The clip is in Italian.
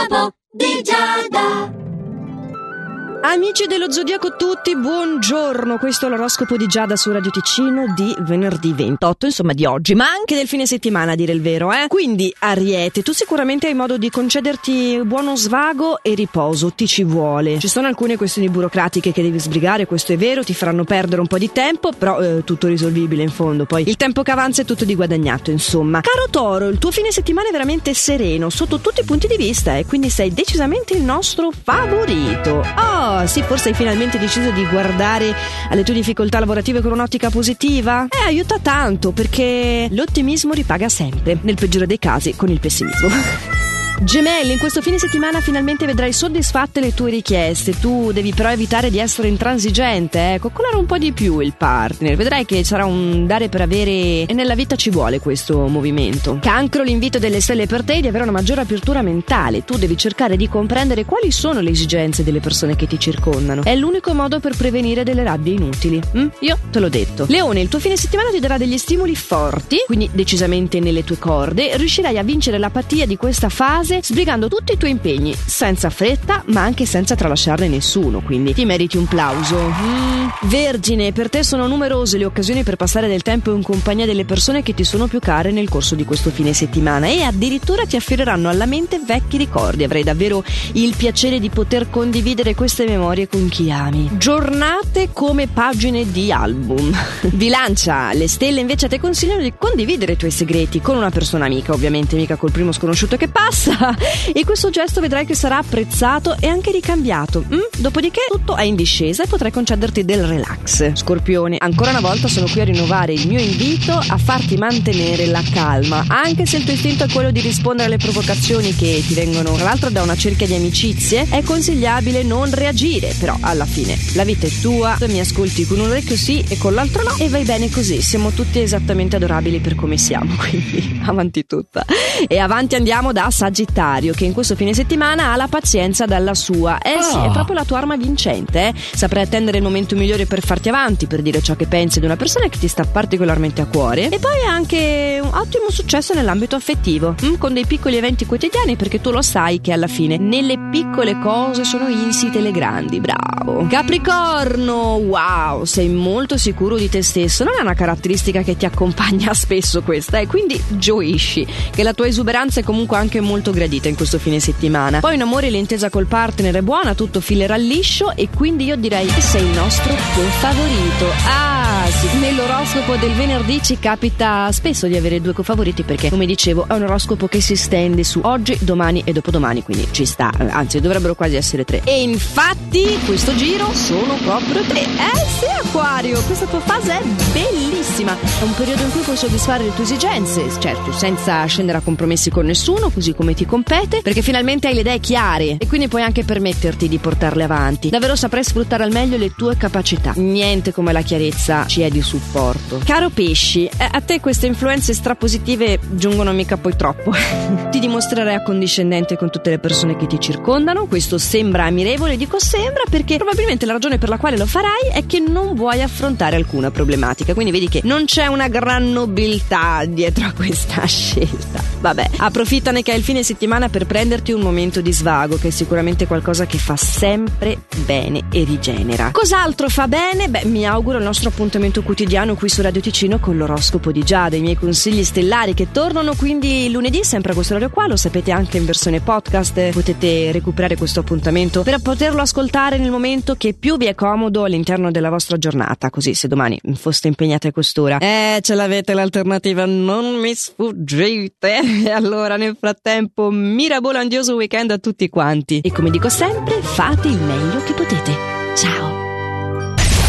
L'oroscopo di Giada. Amici dello Zodiaco tutti, buongiorno, questo è l'oroscopo di Giada su Radio Ticino di venerdì 28, insomma di oggi, ma anche del fine settimana a dire il vero, Quindi Ariete, tu sicuramente hai modo di concederti buono svago e riposo, ti ci vuole. Ci sono alcune questioni burocratiche che devi sbrigare, questo è vero, ti faranno perdere un po' di tempo, però tutto risolvibile in fondo, poi il tempo che avanza è tutto di guadagnato, insomma. Caro Toro, il tuo fine settimana è veramente sereno sotto tutti i punti di vista e quindi sei decisamente il nostro favorito. Sì, forse hai finalmente deciso di guardare alle tue difficoltà lavorative con un'ottica positiva? Aiuta tanto, perché l'ottimismo ripaga sempre, nel peggiore dei casi con il pessimismo. Gemelli, in questo fine settimana finalmente vedrai soddisfatte le tue richieste. Tu devi però evitare di essere intransigente, coccolare un po' di più il partner. Vedrai che sarà un dare per avere e nella vita ci vuole questo movimento. Cancro, l'invito delle stelle per te è di avere una maggiore apertura mentale. Tu devi cercare di comprendere quali sono le esigenze delle persone che ti circondano. È l'unico modo per prevenire delle rabbie inutili. Io te l'ho detto. Leone, il tuo fine settimana ti darà degli stimoli forti, quindi decisamente nelle tue corde. Riuscirai a vincere l'apatia di questa fase sbrigando tutti i tuoi impegni, senza fretta ma anche senza tralasciarne nessuno, quindi ti meriti un plauso. Vergine, per te sono numerose le occasioni per passare del tempo in compagnia delle persone che ti sono più care nel corso di questo fine settimana e addirittura ti affioreranno alla mente vecchi ricordi. Avrai davvero il piacere di poter condividere queste memorie con chi ami. Giornate come pagine di album. Bilancia, le stelle invece te consigliano di condividere i tuoi segreti con una persona amica, ovviamente mica col primo sconosciuto che passa, e questo gesto vedrai che sarà apprezzato e anche ricambiato. Dopodiché tutto è in discesa e potrai concederti del relax. Scorpione, ancora una volta sono qui a rinnovare il mio invito a farti mantenere la calma, anche se il tuo istinto è quello di rispondere alle provocazioni che ti vengono tra l'altro da una cerchia di amicizie. È consigliabile non reagire, però alla fine la vita è tua, mi ascolti con un orecchio sì e con l'altro no e vai bene così, siamo tutti esattamente adorabili per come siamo, quindi avanti tutta. E avanti andiamo da Sagittario, che in questo fine settimana ha la pazienza dalla sua. Sì, è proprio la tua arma vincente, Saprai attendere il momento migliore per farti avanti, per dire ciò che pensi di una persona che ti sta particolarmente a cuore, e poi anche un ottimo successo nell'ambito affettivo, con dei piccoli eventi quotidiani, perché tu lo sai che alla fine nelle piccole cose sono insite le grandi. Bravo. Capricorno, wow, sei molto sicuro di te stesso, non è una caratteristica che ti accompagna spesso questa, quindi gioisci, che la tua esuberanza è comunque anche molto gradita in questo fine settimana. Poi in amore l'intesa col partner è buona, tutto filerà liscio e quindi io direi che sei il nostro cofavorito. Sì, nell'oroscopo del venerdì ci capita spesso di avere due cofavoriti perché, come dicevo, è un oroscopo che si stende su oggi, domani e dopodomani, quindi ci sta, anzi dovrebbero quasi essere tre. E infatti questo giro sono proprio tre. Sì, Acquario, questa tua fase è bellissima, è un periodo in cui puoi soddisfare le tue esigenze, certo senza scendere a compromessi con nessuno, così come ti compete, perché finalmente hai le idee chiare e quindi puoi anche permetterti di portarle avanti. Davvero saprai sfruttare al meglio le tue capacità. Niente come la chiarezza ci è di supporto. Caro Pesci, a te queste influenze strapositive giungono mica poi troppo. Ti dimostrerai accondiscendente con tutte le persone che ti circondano. Questo sembra ammirevole, dico sembra perché probabilmente la ragione per la quale lo farai è che non vuoi affrontare alcuna problematica, quindi vedi che non c'è una gran nobiltà dietro a questa scelta. Vabbè, approfittane che è il fine settimana per prenderti un momento di svago, che è sicuramente qualcosa che fa sempre bene e rigenera. Cos'altro fa bene? Mi auguro il nostro appuntamento quotidiano qui su Radio Ticino con l'oroscopo di Giada, i miei consigli stellari che tornano quindi lunedì sempre a questo orario qua, lo sapete anche in versione podcast, potete recuperare questo appuntamento per poterlo ascoltare nel momento che più vi è comodo all'interno della vostra giornata, così se domani foste impegnati a quest'ora ce l'avete l'alternativa, non mi sfuggite. E allora nel frattempo mirabolandioso weekend a tutti quanti e come dico sempre fate il meglio che potete. Ciao.